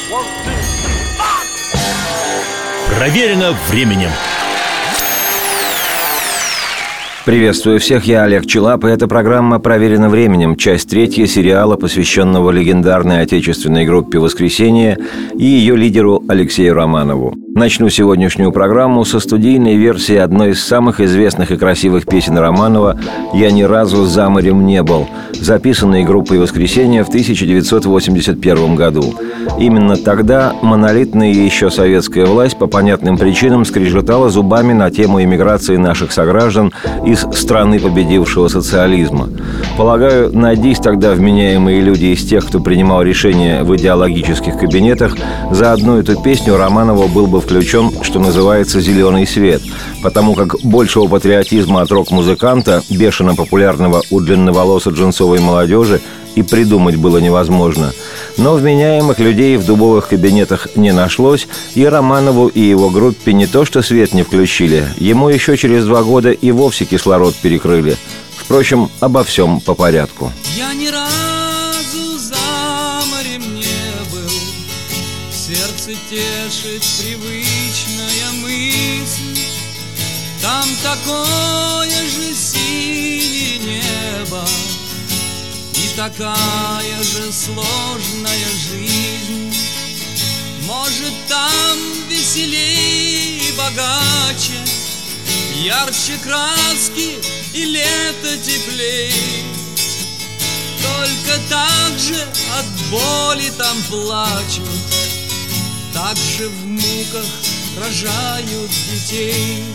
Проверено временем. Приветствую всех, я Олег Челап, и эта программа «Проверено временем», часть 3 сериала, посвященного легендарной отечественной группе «Воскресенье» и ее лидеру Алексею Романову. Начну сегодняшнюю программу со студийной версии одной из самых известных и красивых песен Романова «Я ни разу за морем не был», записанной группой «Воскресенье» в 1981 году. Именно тогда монолитная еще советская власть по понятным причинам скрежетала зубами на тему эмиграции наших сограждан из страны победившего социализма. Полагаю, найдись тогда вменяемые люди из тех, кто принимал решения в идеологических кабинетах, за одну эту песню Романову был бы включен, что называется, «зеленый свет», потому как большего патриотизма от рок-музыканта, бешено популярного у длинноволосой джинсовой молодежи, и придумать было невозможно. Но вменяемых людей в дубовых кабинетах не нашлось, и Романову и его группе не то что свет не включили, ему еще через 2 года и вовсе кислород перекрыли. Впрочем, обо всем по порядку. Я ни разу за морем не был, сердце тешит привычная мысль. Там такое же синее небо и такая же сложная жизнь. Может, там веселей и богаче, ярче краски и лето теплей. Только так же от боли там плачут, так же в муках рожают детей.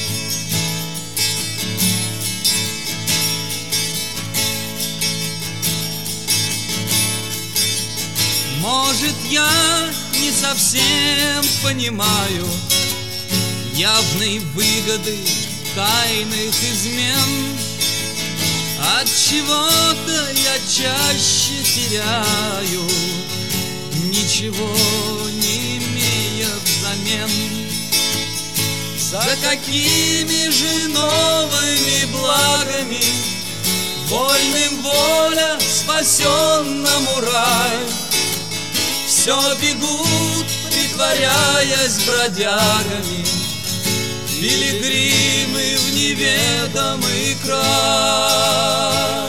Может, я не совсем понимаю явной выгоды тайных измен. От чего-то я чаще теряю, ничего не имея взамен. За какими же новыми благами вольным воля, спасенному рай? Все бегут, притворяясь бродягами, пилигримы в неведомый край.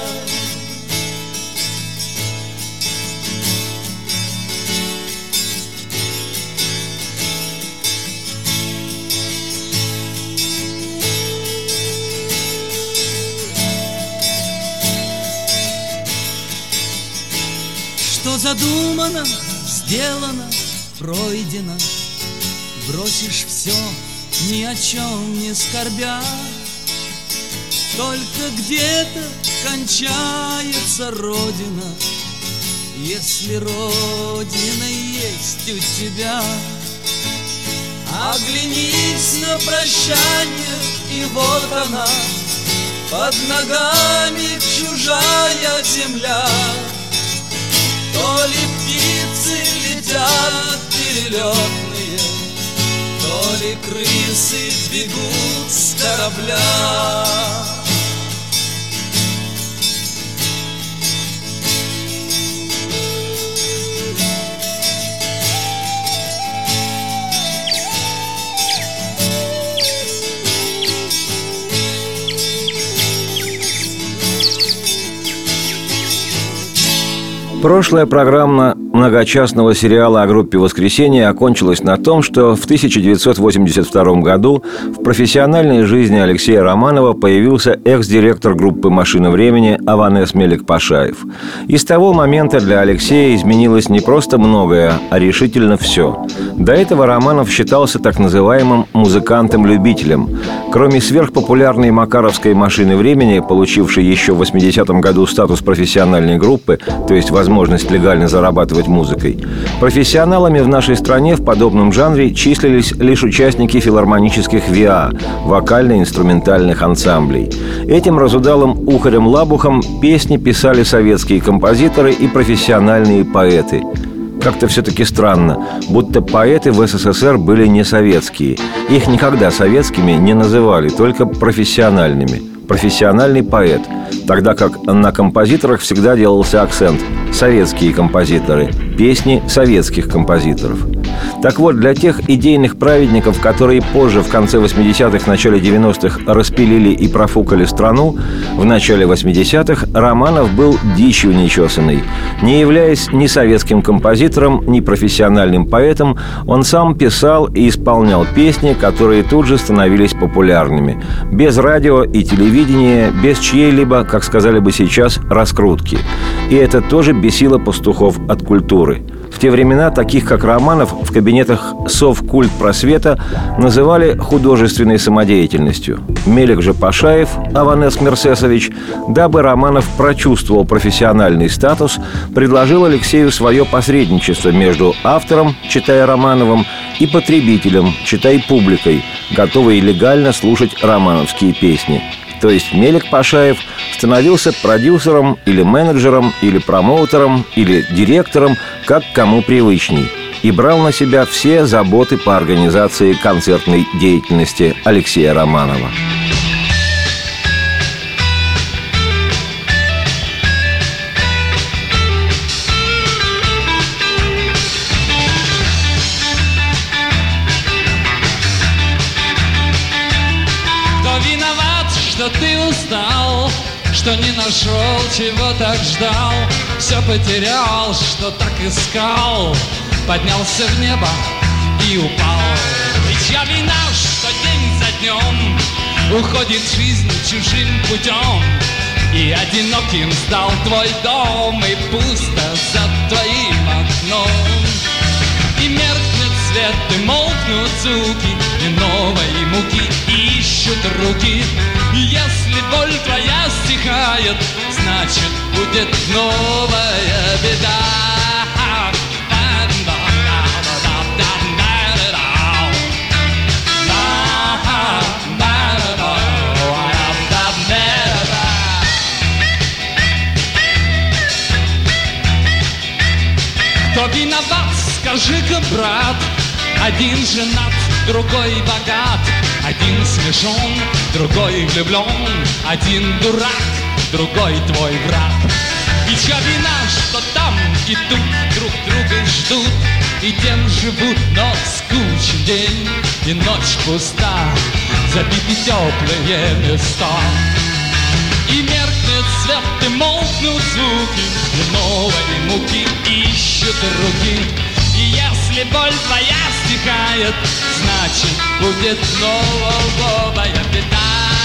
Что задумано, сделано, пройдено. Бросишь все, ни о чем не скорбя. Только где-то кончается родина, если родина есть у тебя. Оглянись на прощание, и вот она, под ногами чужая земля. То ли птицы летят перелетные, то ли крысы бегут с корабля. Прошлая программа многочастного сериала о группе «Воскресенье» окончилась на том, что в 1982 году в профессиональной жизни Алексея Романова появился экс-директор группы «Машина времени» Аванес Мелик-Пашаев. И с того момента для Алексея изменилось не просто многое, а решительно все. До этого Романов считался так называемым музыкантом-любителем. Кроме сверхпопулярной макаровской «Машины времени», получившей еще в 80-м году статус профессиональной группы, то есть возможность легально зарабатывать музыкой, профессионалами в нашей стране в подобном жанре числились лишь участники филармонических ВИА, вокально-инструментальных ансамблей. Этим разудалым ухарем-лабухом песни писали советские композиторы и профессиональные поэты. Как-то все-таки странно, будто поэты в СССР были не советские. Их никогда советскими не называли, только профессиональными. профессиональный поэт, тогда как на композиторах всегда делался акцент – советские композиторы, песни советских композиторов. Так вот, для тех идейных праведников, которые позже, в конце 80-х, начале 90-х, распилили и профукали страну, в начале 80-х Романов был дичью нечесанной. Не являясь ни советским композитором, ни профессиональным поэтом, он сам писал и исполнял песни, которые тут же становились популярными. Без радио и телевидения, без чьей-либо, как сказали бы сейчас, раскрутки. И это тоже бесило пастухов от культуры. В те времена таких, как Романов, в кабинетах Совкультпросвета называли художественной самодеятельностью. Мелик же Пашаев, Аванес Мерсесович, дабы Романов прочувствовал профессиональный статус, предложил Алексею свое посредничество между автором, читая Романовым, и потребителем, читай публикой, готовой легально слушать романовские песни. То есть Мелик Пашаев становился продюсером или менеджером, или промоутером, или директором, как кому привычней, и брал на себя все заботы по организации концертной деятельности Алексея Романова. Что ты устал, что не нашел, чего так ждал, все потерял, что так искал, поднялся в небо и упал. И чья вина, что день за днем уходит жизнь чужим путем, и одиноким стал твой дом, и пусто за твоим окном. И меркнет свет, и молкнут звуки, и новой муки ищут руки. И если боль твоя стихает, значит будет новая беда. Кто виноват, скажи-ка, брат? Один женат, другой богат, один смешон, другой влюблен, один дурак, другой твой враг. И чья вина, что там и тут друг друга ждут, и тем живут, но скучен день, и ночь пуста, забиты теплые места. И меркнет свет, и молкнут звуки, и новые муки ищут руки. И если боль твоя стихает, значит будет новая беда.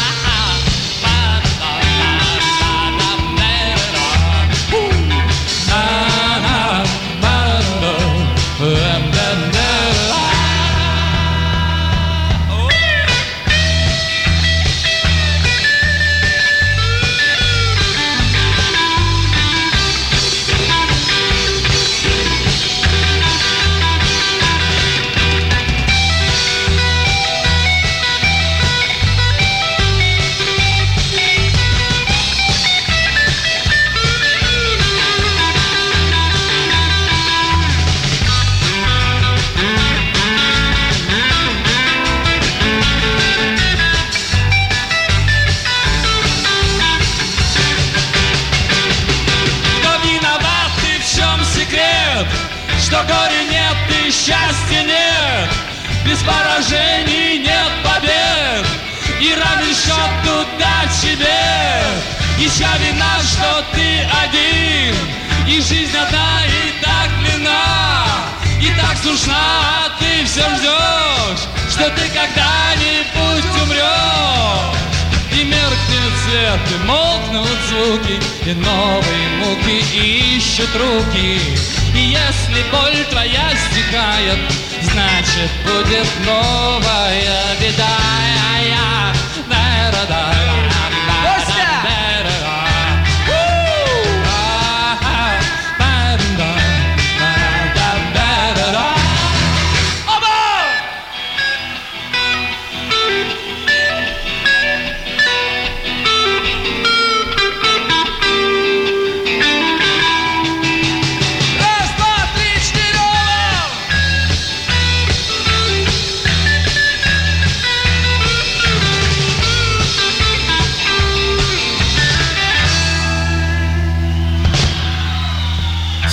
Что горя нет и счастья нет, без поражений нет побед, и равен счет туда тебе. И чья вина, что ты один, и жизнь одна, и так длинна, и так скучна, а ты все ждешь, что ты когда-нибудь умрешь. И меркнет свет, и молкнут звуки, и новые муки ищут руки. И если боль твоя стихает, значит будет новая беда.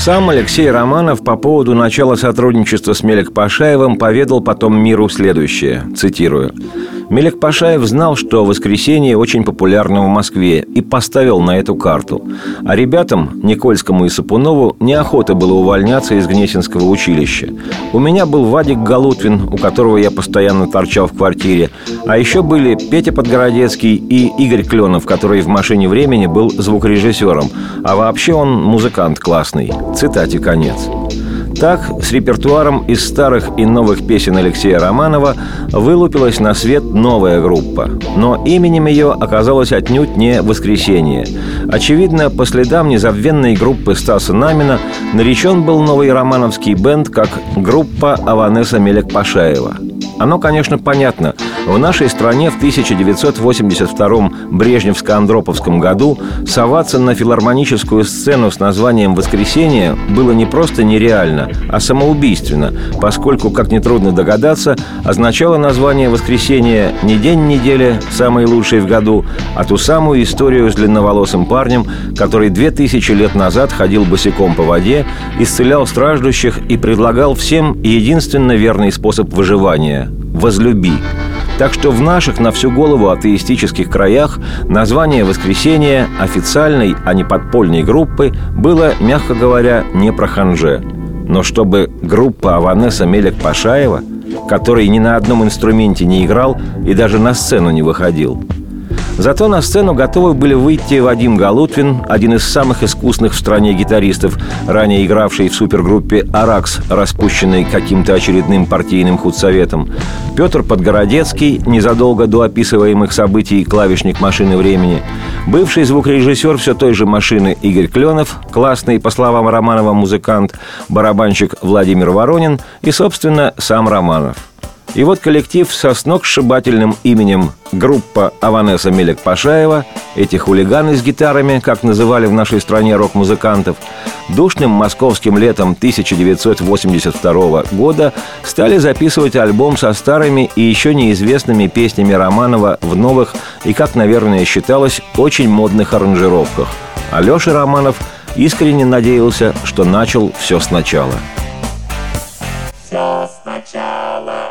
Сам Алексей Романов по поводу начала сотрудничества с Мелек Пашаевым поведал потом миру следующее, цитирую: «Мелек Пашаев знал, что «Воскресенье» очень популярно в Москве, и поставил на эту карту. А ребятам, Никольскому и Сапунову, неохота было увольняться из Гнесинского училища. У меня был Вадик Галутвин, у которого я постоянно торчал в квартире. А еще были Петя Подгородецкий и Игорь Кленов, который в «Машине времени» был звукорежиссером. А вообще он музыкант классный». Цитате конец. Так, с репертуаром из старых и новых песен Алексея Романова вылупилась на свет новая группа. Но именем ее оказалось отнюдь не «Воскресенье». Очевидно, по следам незабвенной группы Стаса Намина наречен был новый романовский бенд как группа Аванеса Мелек Пашаева. Оно, конечно, понятно. В нашей стране в 1982 брежневско-андроповском году соваться на филармоническую сцену с названием «Воскресенье» было не просто нереально, а самоубийственно, поскольку, как нетрудно догадаться, означало название «Воскресенье» не день недели, самый лучший в году, а ту самую историю с длинноволосым парнем, который 2000 лет назад ходил босиком по воде, исцелял страждущих и предлагал всем единственно верный способ выживания – «возлюби». Так что в наших на всю голову атеистических краях название «Воскресенье» официальной, а не подпольной группы было, мягко говоря, не про ханже. Но чтобы группа Аванеса Мелек Пашаева, который ни на одном инструменте не играл и даже на сцену не выходил. Зато на сцену готовы были выйти Вадим Галутвин, один из самых искусных в стране гитаристов, ранее игравший в супергруппе «Аракс», распущенной каким-то очередным партийным худсоветом, Петр Подгородецкий, незадолго до описываемых событий клавишник «Машины времени», бывший звукорежиссер все той же «Машины» Игорь Кленов, классный, по словам Романова, музыкант, барабанщик Владимир Воронин и, собственно, сам Романов. И вот коллектив со сногсшибательным именем группа Аванеса Мелек Пашаева, эти хулиганы с гитарами, как называли в нашей стране рок-музыкантов, душным московским летом 1982 года стали записывать альбом со старыми и еще неизвестными песнями Романова в новых и, как, наверное, считалось, очень модных аранжировках. А Леша Романов искренне надеялся, что начал все сначала. Все сначала.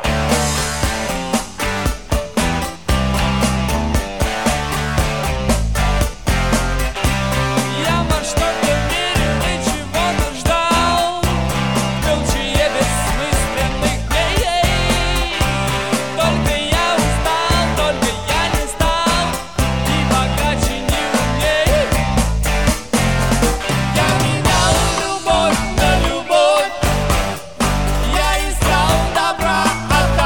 Я искал добра от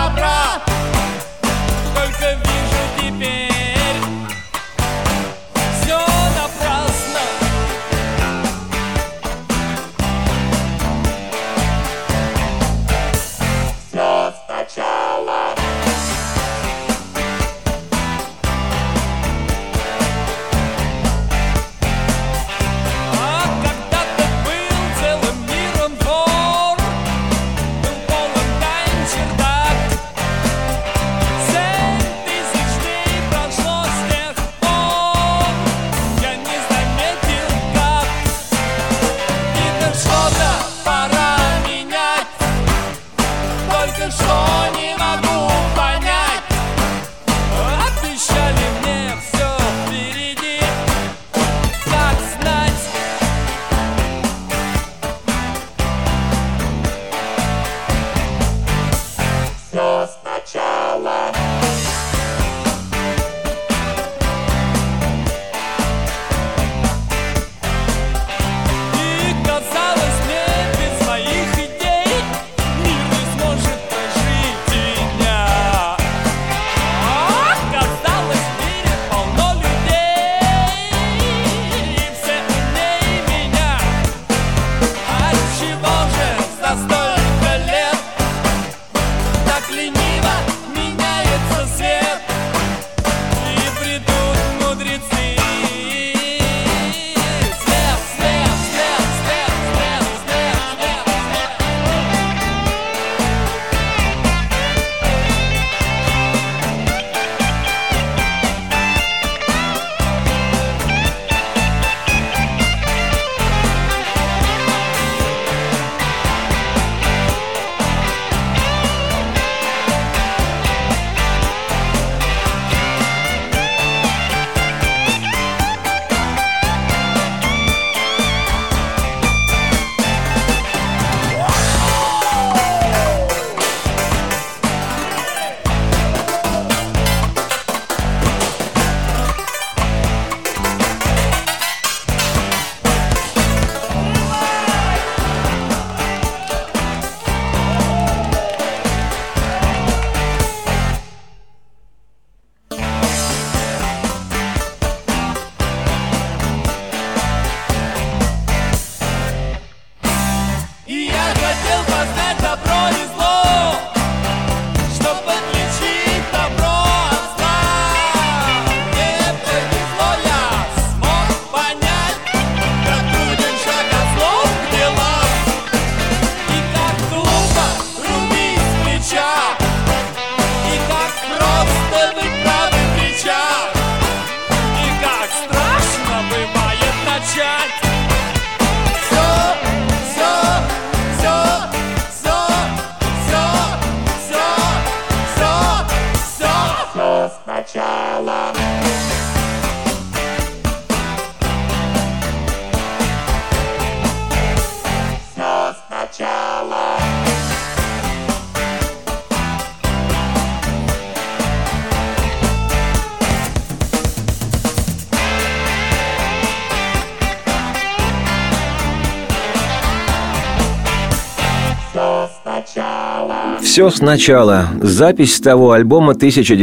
Все сначала. Запись с того альбома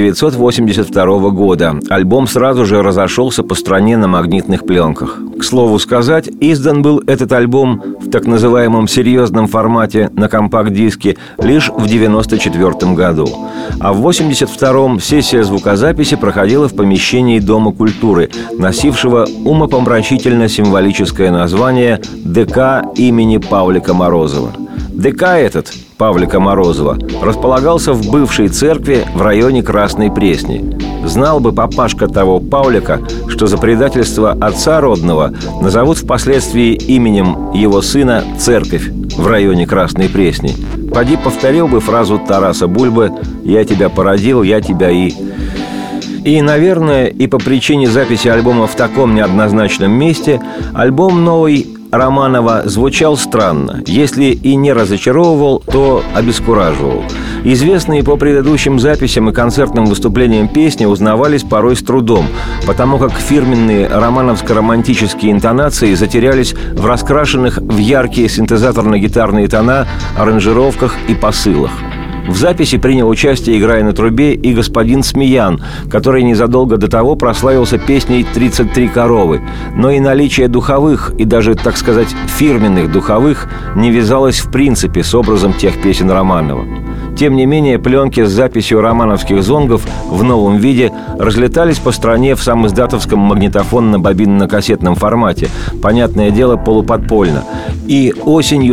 1982 года. Альбом сразу же разошелся по стране на магнитных пленках. К слову сказать, издан был этот альбом в так называемом серьезном формате на компакт-диске лишь в 1994 году. А в 1982-м сессия звукозаписи проходила в помещении Дома культуры, носившего умопомрачительно-символическое название «ДК имени Павлика Морозова». ДК этот, Павлика Морозова, располагался в бывшей церкви в районе Красной Пресни. Знал бы папашка того Павлика, что за предательство отца родного назовут впоследствии именем его сына церковь в районе Красной Пресни. Поди повторил бы фразу Тараса Бульбы «Я тебя породил, я тебя и...». И, наверное, и по причине записи альбома в таком неоднозначном месте альбом новый Романова звучал странно. Если и не разочаровывал, то обескураживал. Известные по предыдущим записям и концертным выступлениям песни узнавались порой с трудом, потому как фирменные романовско-романтические интонации затерялись в раскрашенных в яркие синтезаторно-гитарные тона аранжировках и посылах. В записи принял участие, играя на трубе, и господин Смеян, который незадолго до того прославился песней «33 коровы». Но и наличие духовых, и даже, так сказать, фирменных духовых не вязалось в принципе с образом тех песен Романова. Тем не менее, пленки с записью романовских зонгов в новом виде разлетались по стране в самиздатовском магнитофонно-бобинно-кассетном формате, понятное дело, полуподпольно. И осенью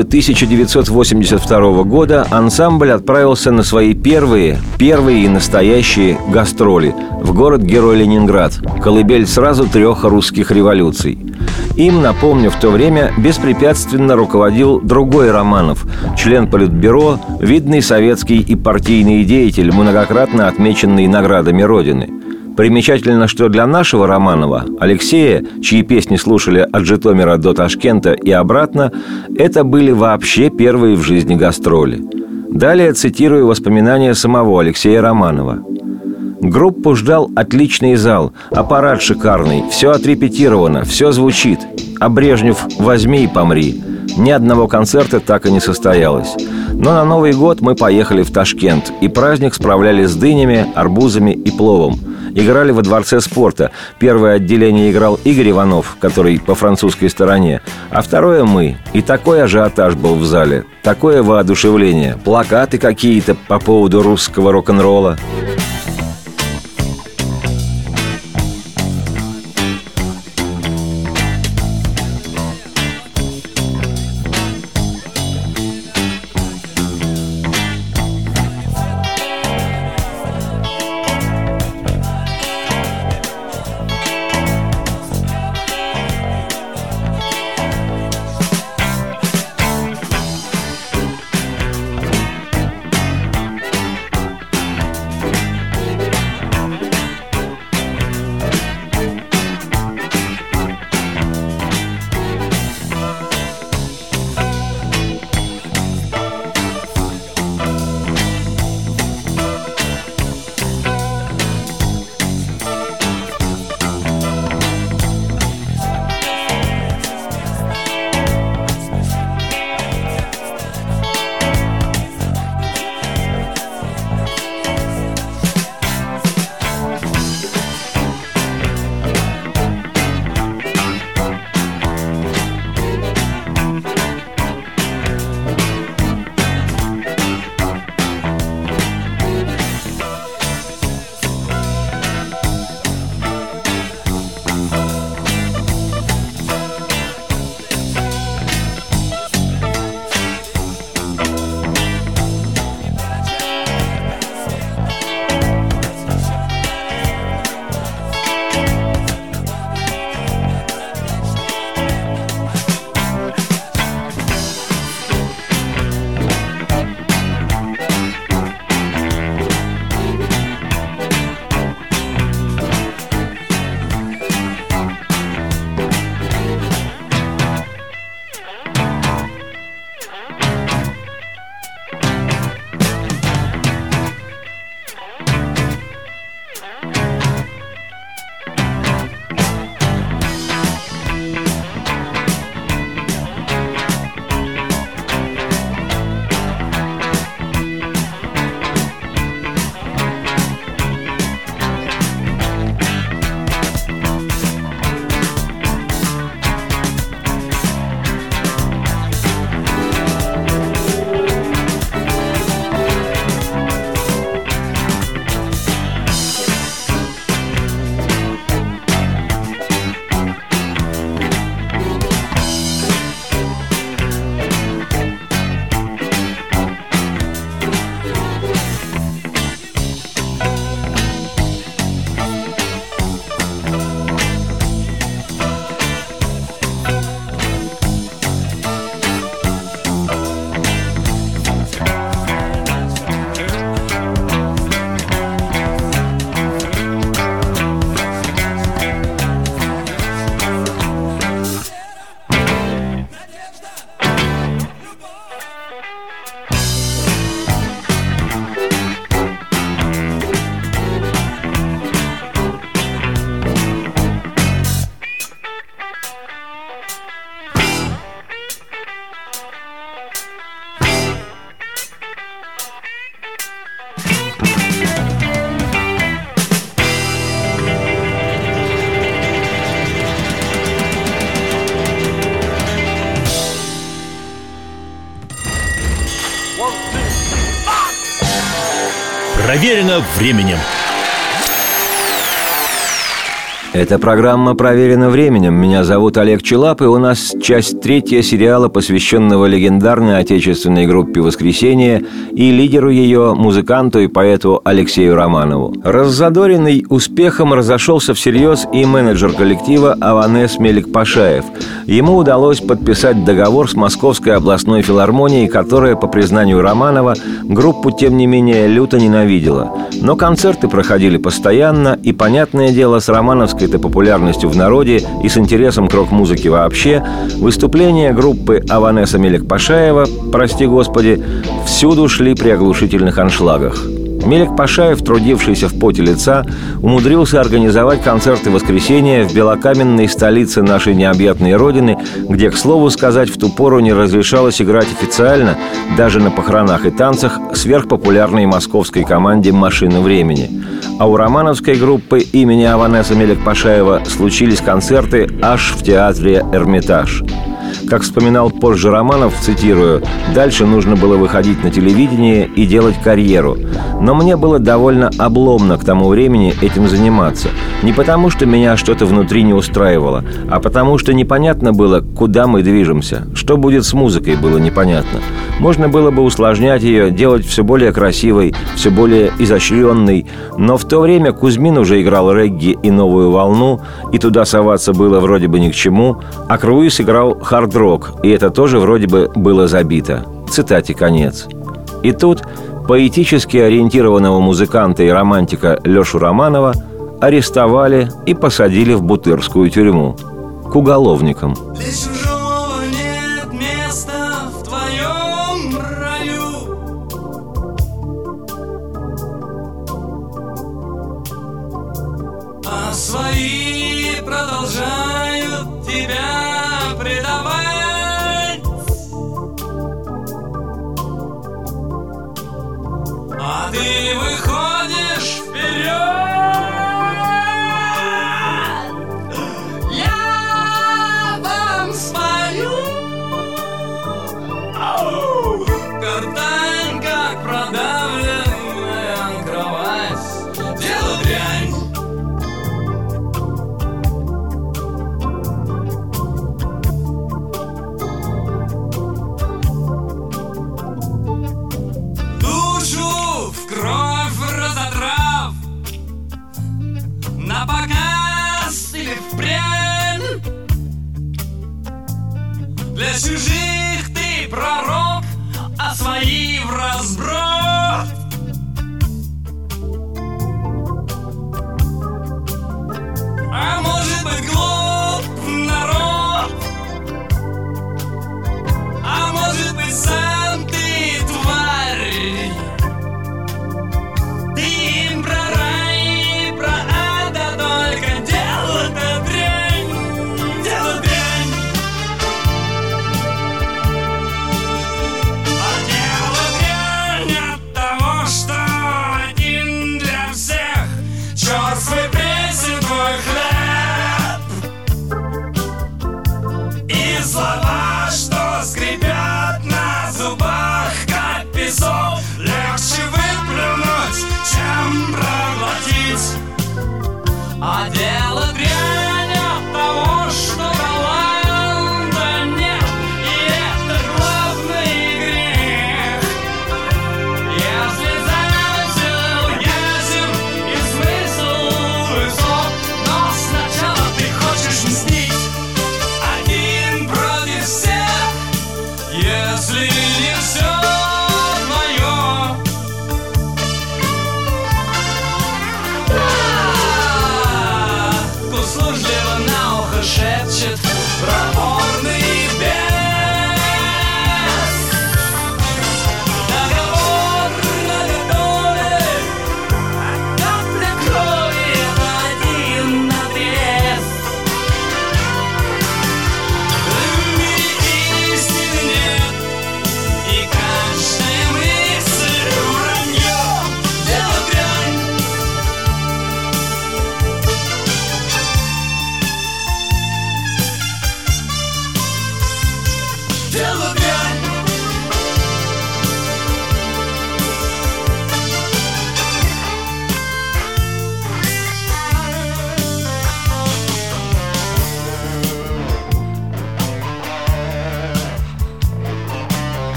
1982 года ансамбль отправился на свои первые и настоящие гастроли в город-герой Ленинград, колыбель сразу 3 русских революций. Им, напомню, в то время беспрепятственно руководил другой Романов, член Политбюро, видный советский и партийный деятель, многократно отмеченный наградами Родины. Примечательно, что для нашего Романова, Алексея, чьи песни слушали от Житомира до Ташкента и обратно, это были вообще первые в жизни гастроли. Далее цитирую воспоминания самого Алексея Романова. «Группу ждал отличный зал, аппарат шикарный, все отрепетировано, все звучит. А Брежнев возьми и помри. Ни одного концерта так и не состоялось. Но на Новый год мы поехали в Ташкент, и праздник справляли с дынями, арбузами и пловом. Играли во Дворце спорта. Первое отделение играл Игорь Иванов, который по французской стороне, а второе мы. И такой ажиотаж был в зале, такое воодушевление, плакаты какие-то по поводу русского рок-н-ролла». Проверено временем. Эта программа «Проверена временем». Меня зовут Олег Челап, и у нас часть 3 сериала, посвященного легендарной отечественной группе «Воскресенье» и лидеру ее, музыканту и поэту Алексею Романову. Раззадоренный успехом разошелся всерьез и менеджер коллектива Аванес Меликпашаев. Ему удалось подписать договор с Московской областной филармонией, которая, по признанию Романова, группу, тем не менее, люто ненавидела. Но концерты проходили постоянно, и, понятное дело, с романовской-то популярностью в народе и с интересом к рок-музыке вообще, выступления группы Аванеса Меликпашаева, прости господи, всюду шли при оглушительных аншлагах. Меликпашаев, трудившийся в поте лица, умудрился организовать концерты «Воскресенья» в белокаменной столице нашей необъятной родины, где, к слову сказать, в ту пору не разрешалось играть официально, даже на похоронах и танцах, сверхпопулярной московской команде «Машина времени». А у романовской группы имени Аванеса Меликпашаева случились концерты аж в театре «Эрмитаж». Как вспоминал позже Романов, цитирую, «Дальше нужно было выходить на телевидение и делать карьеру. Но мне было довольно обломно к тому времени этим заниматься. Не потому, что меня что-то внутри не устраивало, а потому, что непонятно было, куда мы движемся. Что будет с музыкой, было непонятно. Можно было бы усложнять ее, делать все более красивой, все более изощренной. Но в то время Кузьмин уже играл регги и новую волну, и туда соваться было вроде бы ни к чему, а Круиз играл хард-рок, и это тоже вроде бы было забито». Цитате конец. И тут поэтически ориентированного музыканта и романтика Лешу Романова арестовали и посадили в Бутырскую тюрьму к уголовникам. Свои продолжают тебя предавать, а ты выходишь вперед. Я вам спою, гортань, как продавленная кровать, делаю дрянь. Для чужих ты пророк, а свои вразброд. А может быть глуп народ, а может быть сам ты тварь. Ты им про рай, про ада только делают дрянь, делают дрянь.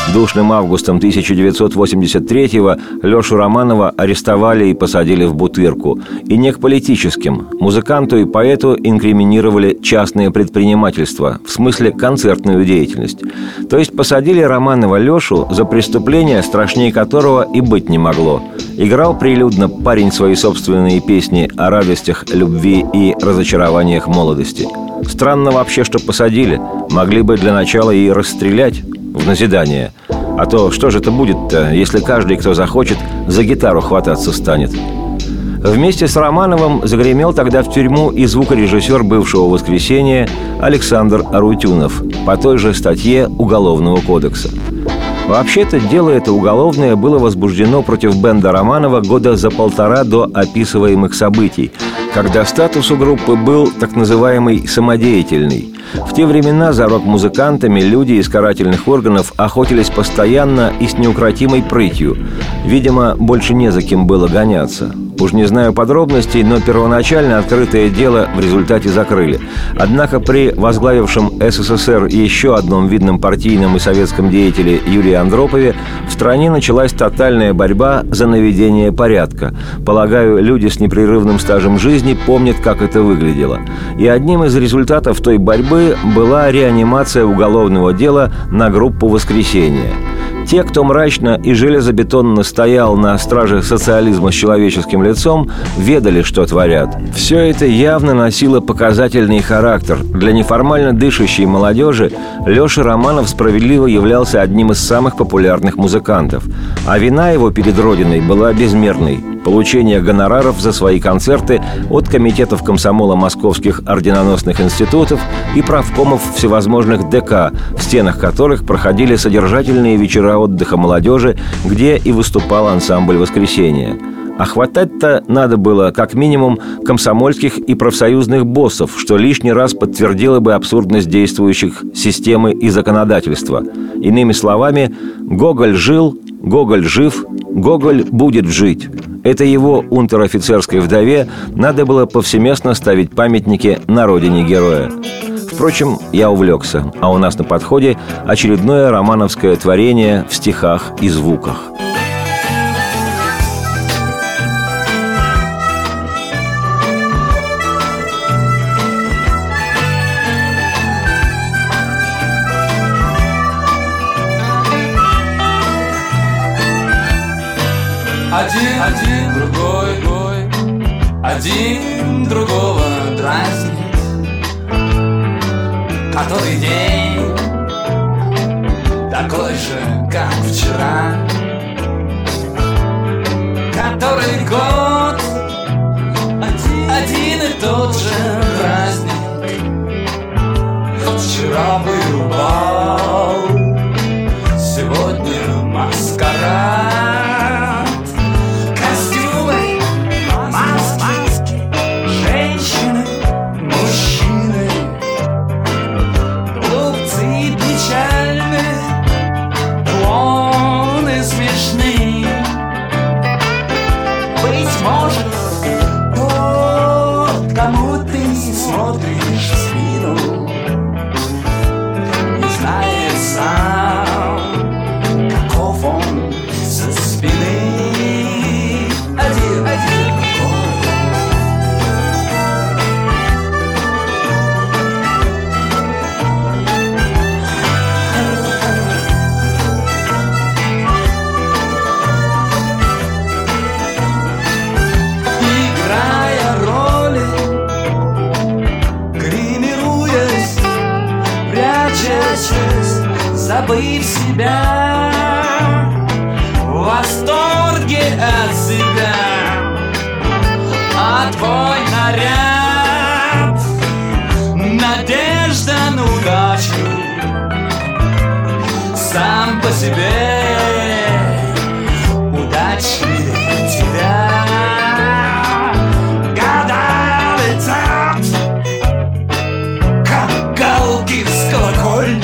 Душным августом 1983-го Лешу Романова арестовали и посадили в Бутырку. И не к политическим. Музыканту и поэту инкриминировали частное предпринимательство, в смысле концертную деятельность. То есть посадили Романова Лешу за преступление, страшнее которого и быть не могло. Играл прилюдно парень свои собственные песни о радостях, любви и разочарованиях молодости. Странно вообще, что посадили. Могли бы для начала и расстрелять в назидание. А то что же это будет-то, если каждый, кто захочет, за гитару хвататься станет? Вместе с Романовым загремел тогда в тюрьму и звукорежиссер бывшего «Воскресенья» Александр Арутюнов по той же статье Уголовного кодекса. Вообще-то дело это уголовное было возбуждено против бенда Романова года за 1,5 до описываемых событий, когда статус у группы был так называемый «самодеятельный». В те времена за рок-музыкантами люди из карательных органов охотились постоянно и с неукротимой прытью. Видимо, больше не за кем было гоняться. Уж не знаю подробностей, но первоначально открытое дело в результате закрыли. Однако при возглавившем СССР еще одном видном партийном и советском деятеле Юрии Андропове в стране началась тотальная борьба за наведение порядка. Полагаю, люди с непрерывным стажем жизни помнят, как это выглядело. И одним из результатов той борьбы была реанимация уголовного дела на группу «Воскресенье». Те, кто мрачно и железобетонно стоял на страже социализма с человеческим лицом, ведали, что творят. Все это явно носило показательный характер. Для неформально дышащей молодежи Леша Романов справедливо являлся одним из самых популярных музыкантов. А вина его перед Родиной была безмерной. Получение гонораров за свои концерты от комитетов комсомола московских орденоносных институтов и правкомов всевозможных ДК, в стенах которых проходили содержательные вечера отдыха молодежи, где и выступал ансамбль «Воскресенье». А хватать-то надо было, как минимум, комсомольских и профсоюзных боссов, что лишний раз подтвердило бы абсурдность действующих системы и законодательства. Иными словами, Гоголь жил, Гоголь жив, Гоголь будет жить. Это его унтер-офицерской вдове надо было повсеместно ставить памятники на родине героя. Впрочем, я увлекся, а у нас на подходе очередное романовское творение в стихах и звуках. Один другого дразнит, который день такой же, как вчера, который год один и тот же праздник. Вчера был бал, сегодня маскарад. Забыв себя, в восторге от себя, а твой наряд, надежда на удачу, сам по себе удачнее тебя. Года летят, как галки с колокольни.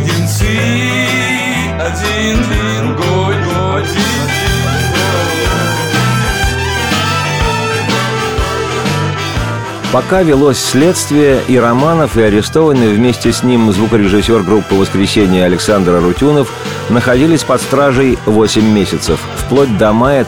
леденцы, один, другой, один. Пока велось следствие, и Романов, и арестованный вместе с ним звукорежиссер группы «Воскресенье» Александр Арутюнов находились под стражей 8 месяцев, вплоть до мая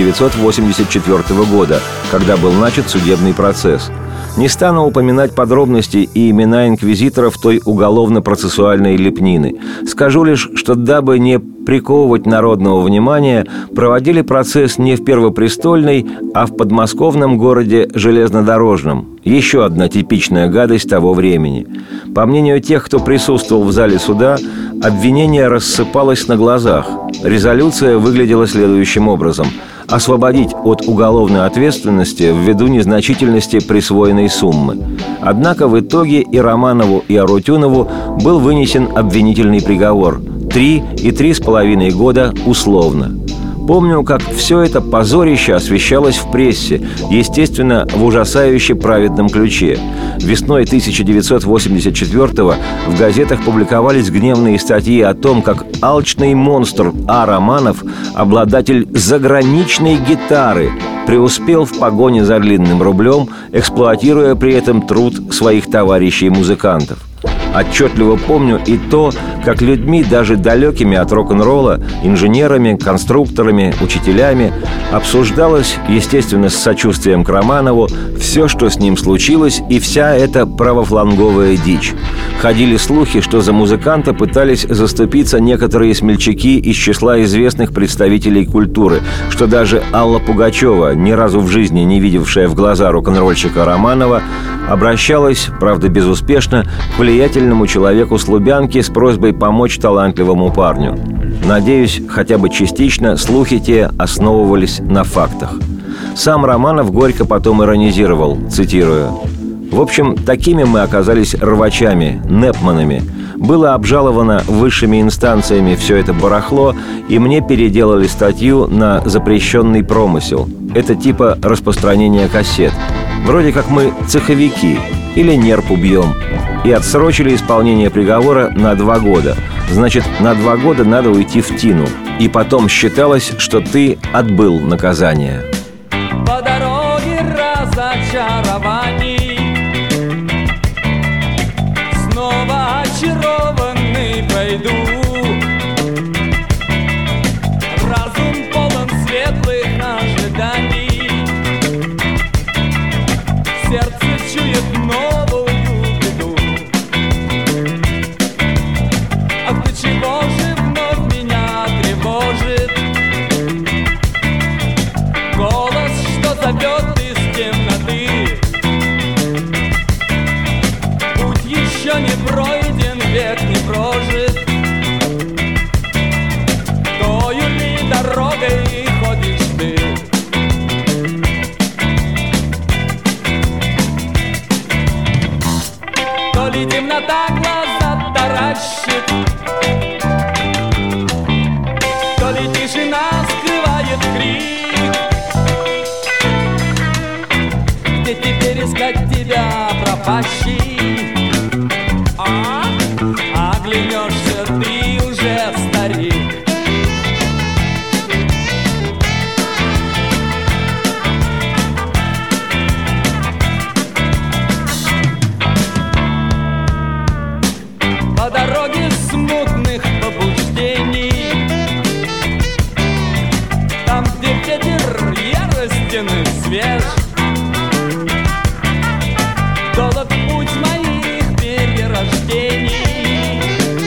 1984 года, когда был начат судебный процесс. Не стану упоминать подробности и имена инквизиторов той уголовно-процессуальной лепнины. Скажу лишь, что дабы не приковывать народного внимания, проводили процесс не в Первопрестольной, а в подмосковном городе Железнодорожном. Еще одна типичная гадость того времени. По мнению тех, кто присутствовал в зале суда, обвинение рассыпалось на глазах. Резолюция выглядела следующим образом: освободить от уголовной ответственности ввиду незначительности присвоенной суммы. Однако в итоге и Романову, и Арутюнову был вынесен обвинительный приговор – 3 и 3,5 года условно. Помню, как все это позорище освещалось в прессе, естественно, в ужасающе праведном ключе. Весной 1984-го в газетах публиковались гневные статьи о том, как алчный монстр А. Романов, обладатель заграничной гитары, преуспел в погоне за длинным рублем, эксплуатируя при этом труд своих товарищей-музыкантов. Отчетливо помню и то, как людьми, даже далекими от рок-н-ролла, инженерами, конструкторами, учителями, обсуждалось, естественно, с сочувствием к Романову, все, что с ним случилось, и вся эта правофланговая дичь. Ходили слухи, что за музыканта пытались заступиться некоторые смельчаки из числа известных представителей культуры, что даже Алла Пугачева, ни разу в жизни не видевшая в глаза рок-н-ролльщика Романова, обращалась, правда безуспешно, к влиятельному человеку с Лубянки с просьбой помочь талантливому парню. Надеюсь, хотя бы частично слухи те основывались на фактах. Сам Романов горько потом иронизировал, цитирую: «В общем, такими мы оказались рвачами, непманами. Было обжаловано высшими инстанциями все это барахло, и мне переделали статью на запрещенный промысел. Это типа распространения кассет. Вроде как мы цеховики или нерп убьем. И отсрочили исполнение приговора на 2 года. Значит, на 2 года надо уйти в тину. И потом считалось, что ты отбыл наказание». По дороге разочарований снова очарованный пойду. Разум полон светлых ожиданий, сердце чует новую беду. А до чего же вновь меня тревожит голос, что зовет из темноты? Путь еще не пройден, век не прожит. Тою ли дорогой ходишь ты? То ли темнота глаза таращит, то ли тишина скрывает крик. Где теперь искать тебя, пропащий? Оглянешься, ты уже старик. По дороге смутных побуждений, там, где ветер яростен и свеж, долг путь моих перерождений,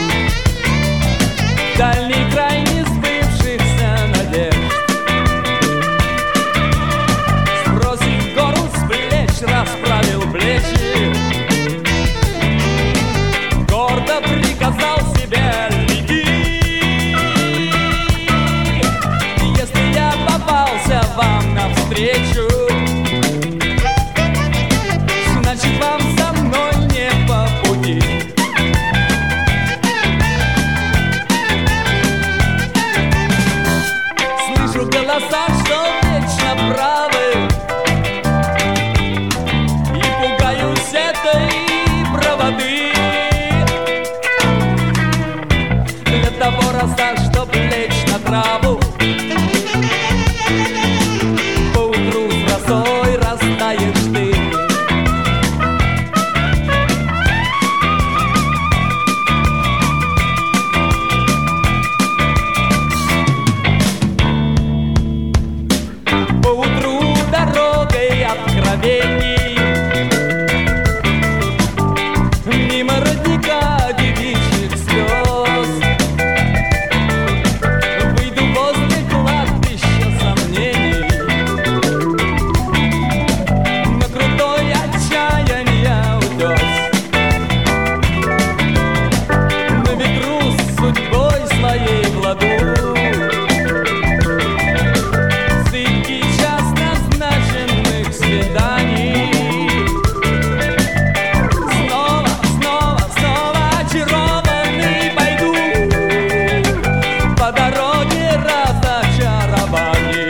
дальний край несбывшихся надежд. Сбросив гору с плеч, расправил плечи, гордо приказал себе: лети. Если я попался вам навстречу, значит вам со мной не по пути. Слышу голоса, что вечно правы, и пугаюсь этой правоты. роса, чтоб лечь на траву. Поутру с росой растаешь ты. Поутру дорогой откровений мимо родника девичьих слез выйду возле кладбища сомнений на крутой отчаяния утес. На ветру с судьбой своей в ладу зыбкий час назначенных свиданий. Снова, снова, снова очарованный пойду по дороге разочарований.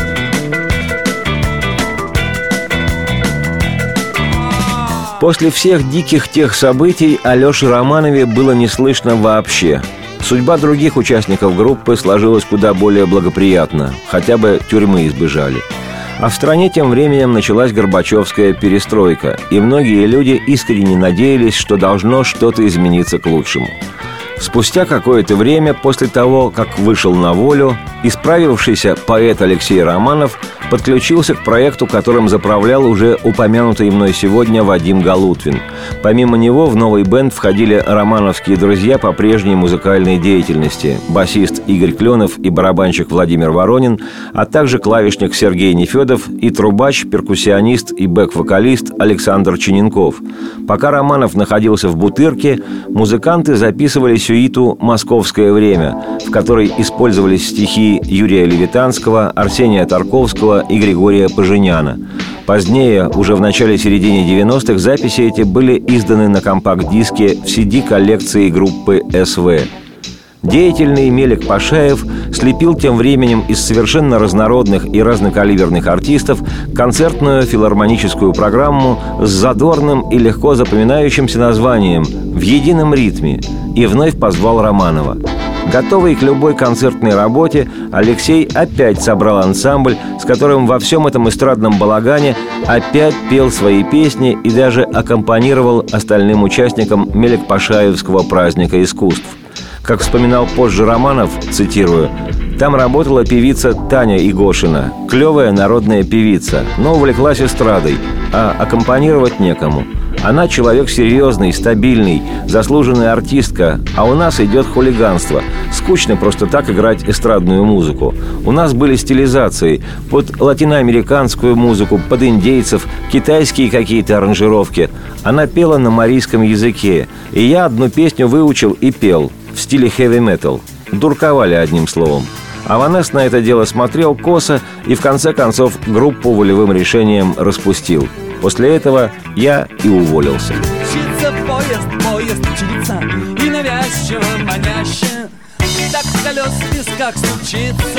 После всех диких тех событий о Лёше Романове было не слышно вообще. Судьба других участников группы сложилась куда более благоприятно, хотя бы тюрьмы избежали. А в стране тем временем началась Горбачевская перестройка, и многие люди искренне надеялись, что должно что-то измениться к лучшему. Спустя какое-то время после того, как вышел на волю, исправившийся поэт Алексей Романов подключился к проекту, которым заправлял уже упомянутый мной сегодня Вадим Галутвин. Помимо него в новый бэнд входили романовские друзья по прежней музыкальной деятельности: басист Игорь Кленов и барабанщик Владимир Воронин, а также клавишник Сергей Нефедов и трубач, перкуссионист и бэк-вокалист Александр Чененков. Пока Романов находился в Бутырке, музыканты записывали сюиту «Московское время», в которой использовались стихи Юрия Левитанского, Арсения Тарковского и Григория Поженяна. Позднее, уже в начале-середине 90-х, записи эти были изданы на компакт-диске в CD-коллекции группы «СВ». Деятельный Мелик Пашаев слепил тем временем из совершенно разнородных и разнокалиберных артистов концертную филармоническую программу с задорным и легко запоминающимся названием «В едином ритме» и вновь позвал Романова. Готовый к любой концертной работе, Алексей опять собрал ансамбль, с которым во всем этом эстрадном балагане опять пел свои песни и даже аккомпанировал остальным участникам Мелик-Пашаевского праздника искусств. Как вспоминал позже Романов, цитирую: «Там работала певица Таня Игошина, клевая народная певица, но увлеклась эстрадой, а аккомпанировать некому. Она человек серьезный, стабильный, заслуженная артистка, а у нас идет хулиганство. Скучно просто так играть эстрадную музыку. У нас были стилизации под латиноамериканскую музыку, под индейцев, китайские какие-то аранжировки. Она пела на марийском языке, и я одну песню выучил и пел в стиле хэви-метал. Дурковали, одним словом». Аванес на это дело смотрел косо и в конце концов группу волевым решением распустил. После этого я и уволился. Мчится поезд мчится, и навязчиво маняще, так колес в висках стучится.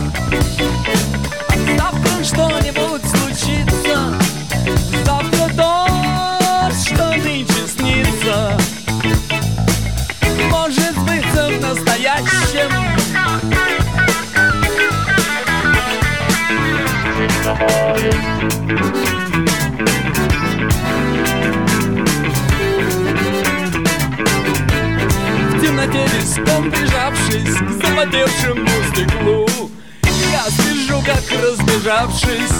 Завтра что-нибудь случится, завтра дождь, что нынче снится, может сбыться в настоящем. В темноте виском прижавшись к запотевшему стеклу, я слежу, как разбежавшись,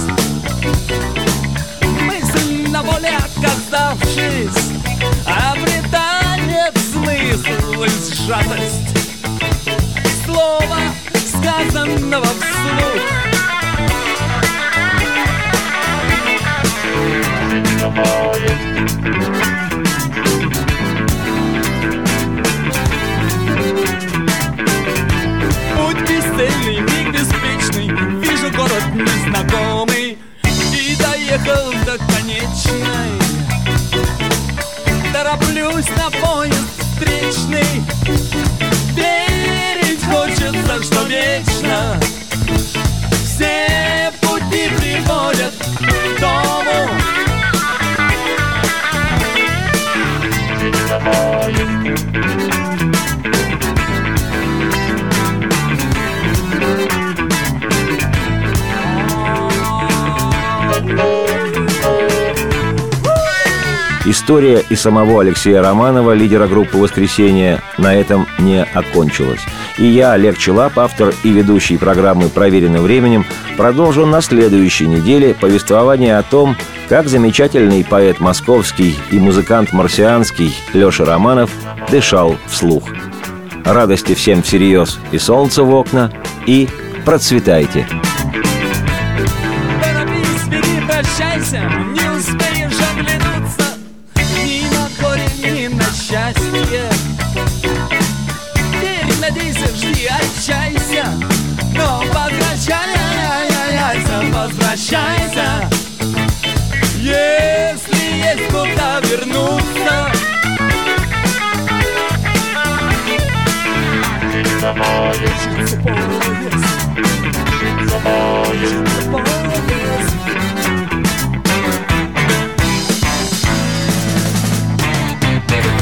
мысль на воле оказавшись, обретает смысл и сжатость слова, сказанного вслух. Путь бесцельный, миг беспечный, вижу город незнакомый и доехал до конечной. Тороплюсь на поезд встречный, верить хочется, что вечно все пути приводят к дому. История и самого Алексея Романова, лидера группы «Воскресенье», на этом не окончилась. И я, Олег Челап, автор и ведущий программы «Проверено временем», продолжу на следующей неделе повествование о том, как замечательный поэт московский и музыкант марсианский Леша Романов дышал вслух. Радости всем всерьез и солнца в окна, и процветайте! Прощайся, не успеешь оглянуться ни на горе, ни на счастье. Верь, надейся, жди, отчайся, но возвращайся, если есть куда вернуться.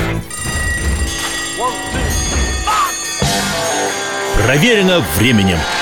Проверено временем.